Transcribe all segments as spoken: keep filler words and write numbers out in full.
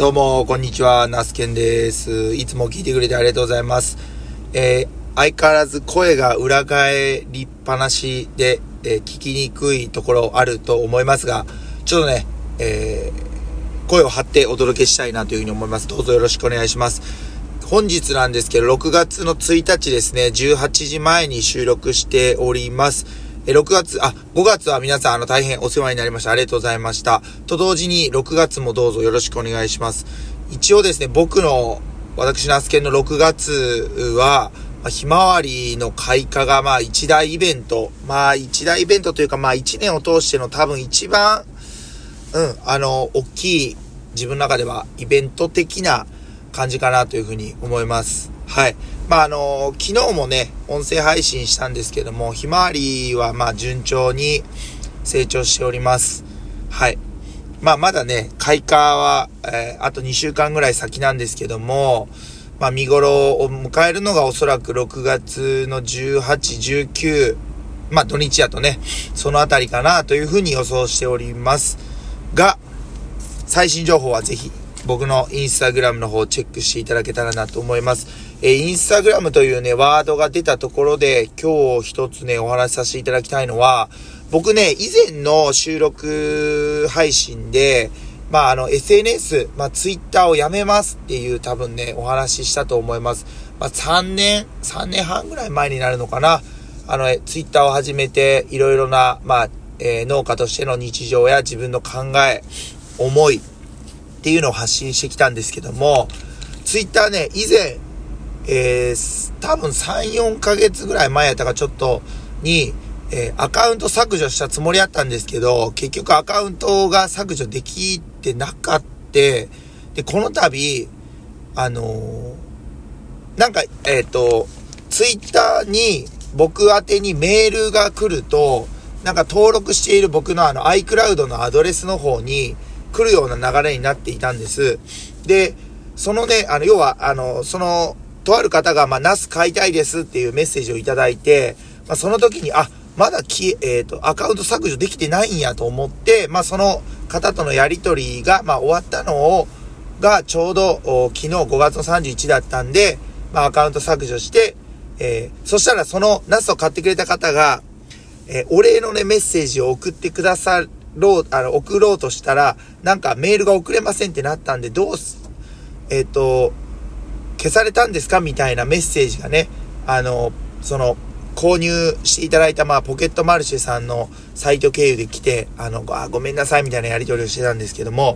どうもこんにちは、ナスケンです。いつも聞いてくれてありがとうございます。えー、相変わらず声が裏返りっぱなしで、えー、聞きにくいところあると思いますが、ちょっとね、えー、声を張ってお届けしたいなというふうに思います。どうぞよろしくお願いします。本日なんですけど、ろくがつのついたちですね、じゅうはちじまえに収録しております。ろくがつ、あ、ごがつは皆さんあの大変お世話になりました。ありがとうございました。と同時にろくがつもどうぞよろしくお願いします。一応ですね、僕の、私のアスケンのろくがつは、まあ、ひまわりの開花がまあ一大イベント。まあ一大イベントというかまあ一年を通しての多分一番、うん、あの、大きい自分の中ではイベント的な感じかなというふうに思います。はい。まああの昨日もね音声配信したんですけども、ひまわりはまあ順調に成長しております。はい。まあまだね開花は、えー、あとにしゅうかんぐらい先なんですけども、まあ見頃を迎えるのがおそらくろくがつのじゅうはち、じゅうく、まあ土日やとねそのあたりかなというふうに予想しておりますが、最新情報はぜひ僕のインスタグラムの方をチェックしていただけたらなと思います。えー、インスタグラムというね、ワードが出たところで、今日一つね、お話しさせていただきたいのは、僕ね、以前の収録配信で、まあ、あの、エスエヌエス、まあ、ツイッターをやめますっていう多分ね、お話ししたと思います。まあ、さんねん、さんねんはんぐらい前になるのかな。あの、ツイッターを始めて、いろいろな、まあ、えー、農家としての日常や自分の考え、思いっていうのを発信してきたんですけども、ツイッターね、以前、えー、多分さん、よんかげつぐらい前やったかちょっとに、えー、アカウント削除したつもりやったんですけど、結局アカウントが削除できてなかった。で、この度、あのー、なんか、えっと、ツイッターに僕宛てにメールが来ると、なんか登録している僕のあの iCloud のアドレスの方に来るような流れになっていたんです。で、そのね、あの、要は、あの、その、とある方が、まあ、ナス買いたいですっていうメッセージをいただいて、まあ、その時に、あ、まだき、えっと、アカウント削除できてないんやと思って、まあ、その方とのやりとりが、まあ、終わったのを、が、ちょうど、昨日ごがつのさんじゅういちだったんで、まあ、アカウント削除して、えー、そしたらそのナスを買ってくれた方が、えー、お礼のね、メッセージを送ってくださろう、あの、送ろうとしたら、なんかメールが送れませんってなったんで、どうす、えっと、消されたんですかみたいなメッセージがね、あの、その、購入していただいた、まあ、ポケットマルシェさんのサイト経由で来て、あの、あ、ごめんなさいみたいなやり取りをしてたんですけども、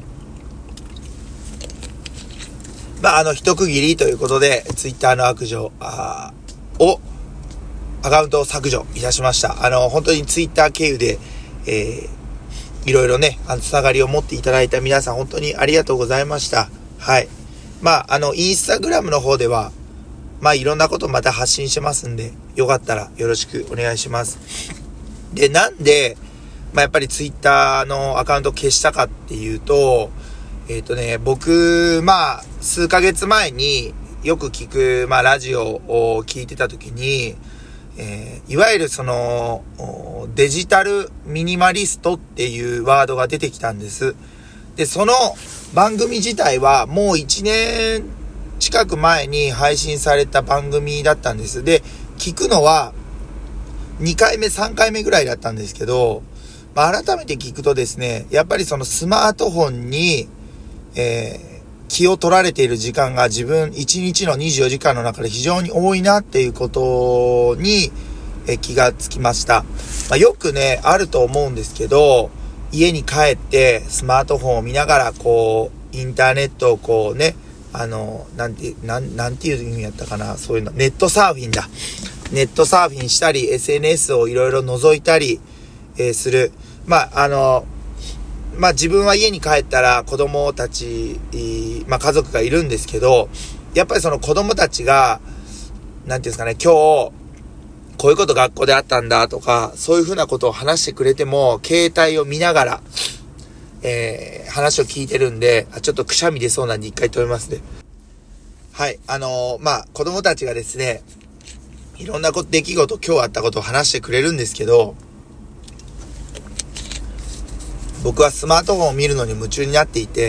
まあ、あの、一区切りということで、ツイッターの悪女あを、アカウントを削除いたしました。あの、本当にツイッター経由で、えー、いろいろね、あの、つながりを持っていただいた皆さん、本当にありがとうございました。はい。まあ、あの、インスタグラムの方では、まあ、いろんなことまた発信してますんで、よかったらよろしくお願いします。で、なんで、まあ、やっぱりツイッターのアカウントを消したかっていうと、えっとね、僕、まあ、数ヶ月前によく聞く、まあ、ラジオを聞いてた時に、えー、いわゆるその、デジタルミニマリストっていうワードが出てきたんです。で、その番組自体はもういちねん近く前に配信された番組だったんです。で、聞くのはにかいめ、さんかいめぐらいだったんですけど、まあ、改めて聞くとですね、やっぱりそのスマートフォンに、えー、気を取られている時間が自分いちにちのにじゅうよじかんの中で非常に多いなっていうことに、えー、気がつきました。まあ、よくね、あると思うんですけど、家に帰ってスマートフォンを見ながらこうインターネットをこうね、あのなんてなんなんていう意味やったかな、そういうのネットサーフィンだネットサーフィンしたり エスエヌエス をいろいろ覗いたり、えー、する。まああのまあ自分は家に帰ったら子供たち、まあ家族がいるんですけど、やっぱりその子供たちがなんていうんですかね、今日こういうこと学校であったんだとか、そういうふうなことを話してくれても、携帯を見ながら、えー、話を聞いてるんで、ちょっとくしゃみ出そうなんで一回止めますね。はい、あのー、まあ、子供たちがですね、いろんなこと、出来事、今日あったことを話してくれるんですけど、僕はスマートフォンを見るのに夢中になっていて、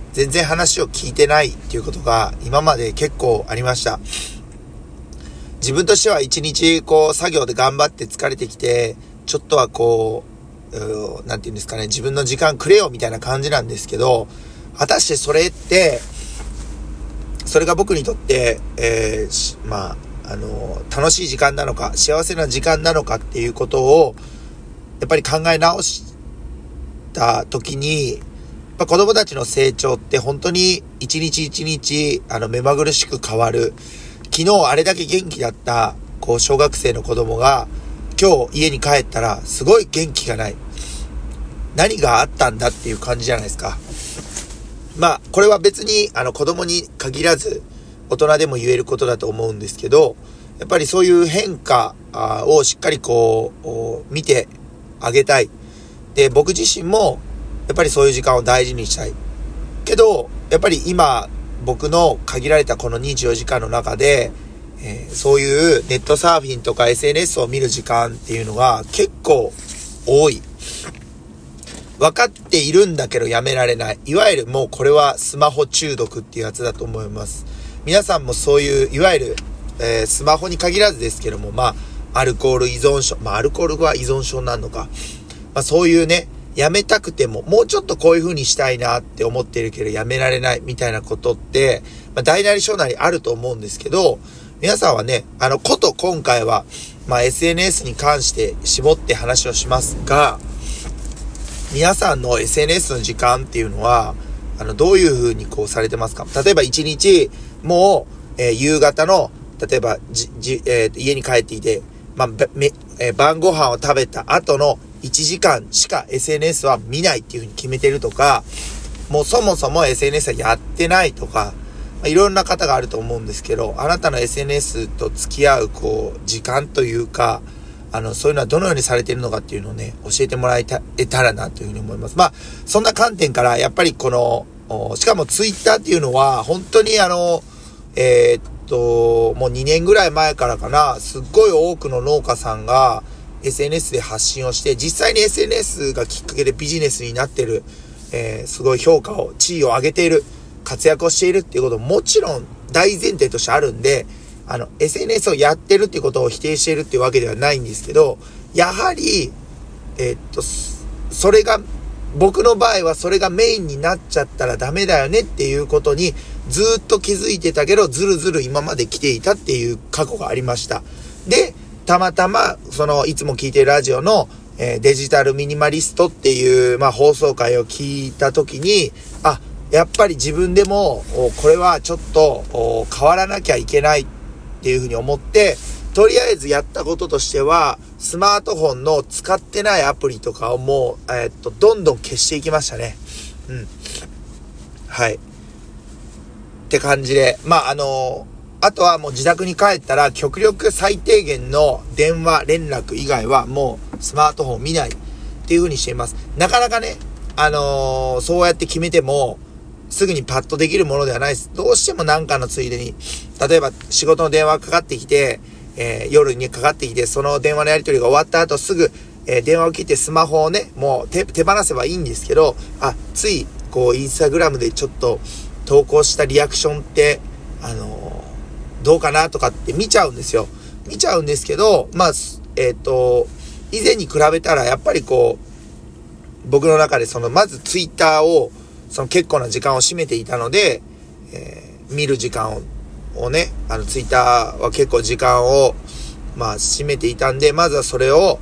全然話を聞いてないっていうことが今まで結構ありました。自分としては一日こう作業で頑張って疲れてきて、ちょっとはこう、なんていうんですかね、自分の時間くれよみたいな感じなんですけど、果たしてそれって、それが僕にとって、えー、まあ、あの、楽しい時間なのか、幸せな時間なのかっていうことを、やっぱり考え直した時に、やっぱ子供たちの成長って本当に一日一日、あの、目まぐるしく変わる。昨日あれだけ元気だった、こう、小学生の子供が、今日家に帰ったら、すごい元気がない。何があったんだっていう感じじゃないですか。まあ、これは別に、あの、子供に限らず、大人でも言えることだと思うんですけど、やっぱりそういう変化をしっかりこう、見てあげたい。で、僕自身も、やっぱりそういう時間を大事にしたい。けど、やっぱり今、僕の限られたこのにじゅうよじかんの中で、えー、そういうネットサーフィンとか エスエヌエス を見る時間っていうのが結構多い。分かっているんだけどやめられない。いわゆるもうこれはスマホ中毒っていうやつだと思います。皆さんもそういう、いわゆる、えー、スマホに限らずですけども、まあ、アルコール依存症、まあ、アルコールは依存症なのか。まあ、そういうね、やめたくても、もうちょっとこういう風にしたいなって思ってるけどやめられないみたいなことって、まあ、大なり小なりあると思うんですけど、皆さんはね、あの、こと今回は、まあ、エスエヌエス に関して絞って話をしますが、皆さんの エスエヌエス の時間っていうのは、あの、どういう風にこうされてますか？例えば一日、もう、えー、夕方の、例えば、じ、じ、えー、家に帰っていて、まあ、め、えー、晩ご飯を食べた後のいちじかんしか エスエヌエス は見ないっていう風に決めてるとか、もうそもそも エスエヌエス はやってないとか、まあ、いろんな方があると思うんですけど、あなたの エスエヌエス と付き合う、こう、時間というか、あの、そういうのはどのようにされているのかっていうのをね、教えてもらえた、えたらなというふうに思います。まあ、そんな観点から、やっぱりこの、しかも Twitter っていうのは、本当にあの、えー、っと、もうにねんぐらい前からかな、すっごい多くの農家さんが エスエヌエス で発信をして、実際に エスエヌエス がきっかけでビジネスになってる、えー、すごい評価を、地位を上げている、活躍をしているっていうことももちろん大前提としてあるんで、あの エスエヌエス をやってるっていうことを否定しているっていうわけではないんですけど、やはりえー、っとそれが僕の場合はそれがメインになっちゃったらダメだよねっていうことにずっと気づいてたけど、ずるずる今まで来ていたっていう過去がありました。で、たまたまそのいつも聞いてるラジオの、えー、デジタルミニマリストっていう、まあ、放送回を聞いた時に、あ、やっぱり自分でもこれはちょっと変わらなきゃいけないっていうふうに思って、とりあえずやったこととしてはスマートフォンの使ってないアプリとかをもう、えー、っとどんどん消していきましたね。うん。はい。って感じで、まああのあとはもう自宅に帰ったら極力最低限の電話連絡以外はもうスマートフォンを見ないっていうふうにしています。なかなかね、あのー、そうやって決めてもすぐにパッとできるものではないです。どうしても何かのついでに、例えば仕事の電話がかかってきて、えー、夜にかかってきて、その電話のやり取りが終わった後すぐ、えー、電話を切ってスマホをね、もう 手, 手放せばいいんですけど、あ、ついこうインスタグラムでちょっと投稿したリアクションって、あのー、どうかなとかって見ちゃうんですよ。見ちゃうんですけど、まあ、えっと、以前に比べたらやっぱりこう、僕の中でその、まずツイッターを、その結構な時間を占めていたので、えー、見る時間を、をね、あのツイッターは結構時間をまあ占めていたんで、まずはそれを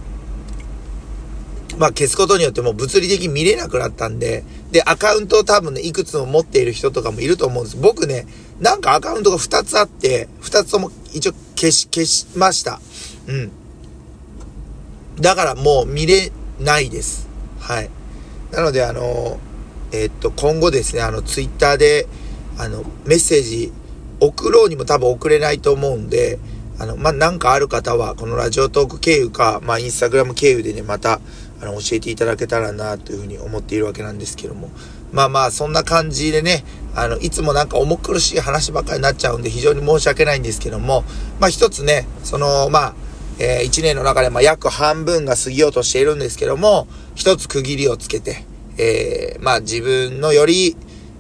まあ消すことによってもう物理的に見れなくなったんで、でアカウントを多分ねいくつも持っている人とかもいると思うんです。僕ね、なんかアカウントがふたつあってふたつとも一応消し消しました。うん。だからもう見れないです。はい。なのであのえー、っと今後ですね、あのツイッターであのメッセージ送ろうにも多分送れないと思うんで、あのまあなんかある方はこのラジオトーク経由か、まあインスタグラム経由でねまたあの教えていただけたらなというふうに思っているわけなんですけども、まあまあそんな感じでね、あのいつもなんか重苦しい話ばっかりになっちゃうんで非常に申し訳ないんですけども、まあ一つね、そのまあえー、いちねんの中でまあ約半分が過ぎようとしているんですけども、一つ区切りをつけて、えー、まあ自分のより、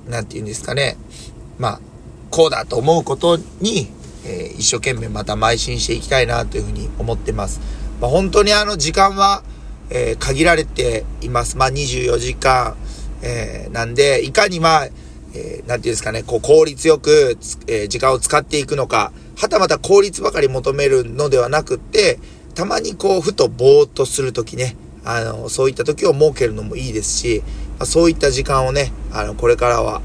なんていうんですかね、まあこうだと思うことに、えー、一生懸命また邁進していきたいなというふうに思ってます。まあ、本当にあの時間は、えー、限られています。まあにじゅうよじかん、えー、なんでいかにまあ、えー、なんていうんですかね、こう効率よく、えー、時間を使っていくのか、はたまた効率ばかり求めるのではなくって、たまにこうふとぼーっとするときね、あのそういった時を設けるのもいいですし、まあ、そういった時間をね、あのこれからは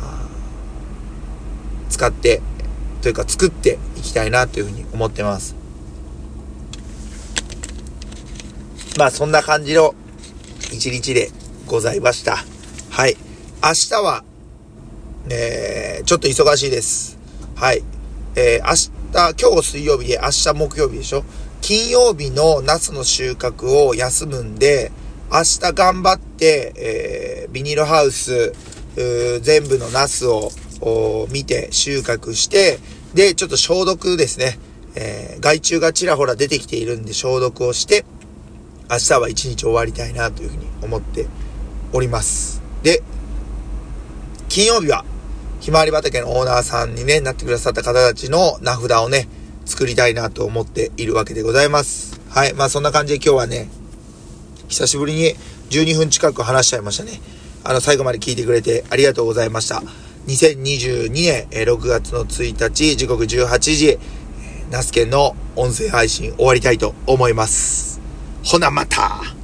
使ってというか作っていきたいなというふうに思ってます。まあそんな感じの一日でございました。はい。明日は、えー、ちょっと忙しいです。はい。えー、明日、今日水曜日で明日木曜日でしょ。金曜日のナスの収穫を休むんで、明日頑張って、えー、ビニールハウス、全部のナスを見て収穫して、で、ちょっと消毒ですね。えー、害虫がちらほら出てきているんで消毒をして、明日は一日終わりたいなというふうに思っております。で、金曜日はひまわり畑のオーナーさんにね、なってくださった方たちの名札をね、作りたいなと思っているわけでございます。はい。まあそんな感じで今日はね、久しぶりにじゅうにふん近く話しちゃいましたね。あの、最後まで聞いてくれてありがとうございました。にせんにじゅうにねんろくがつのついたち、時刻じゅうはちじ、ナスケンの音声配信終わりたいと思います。ほなまた。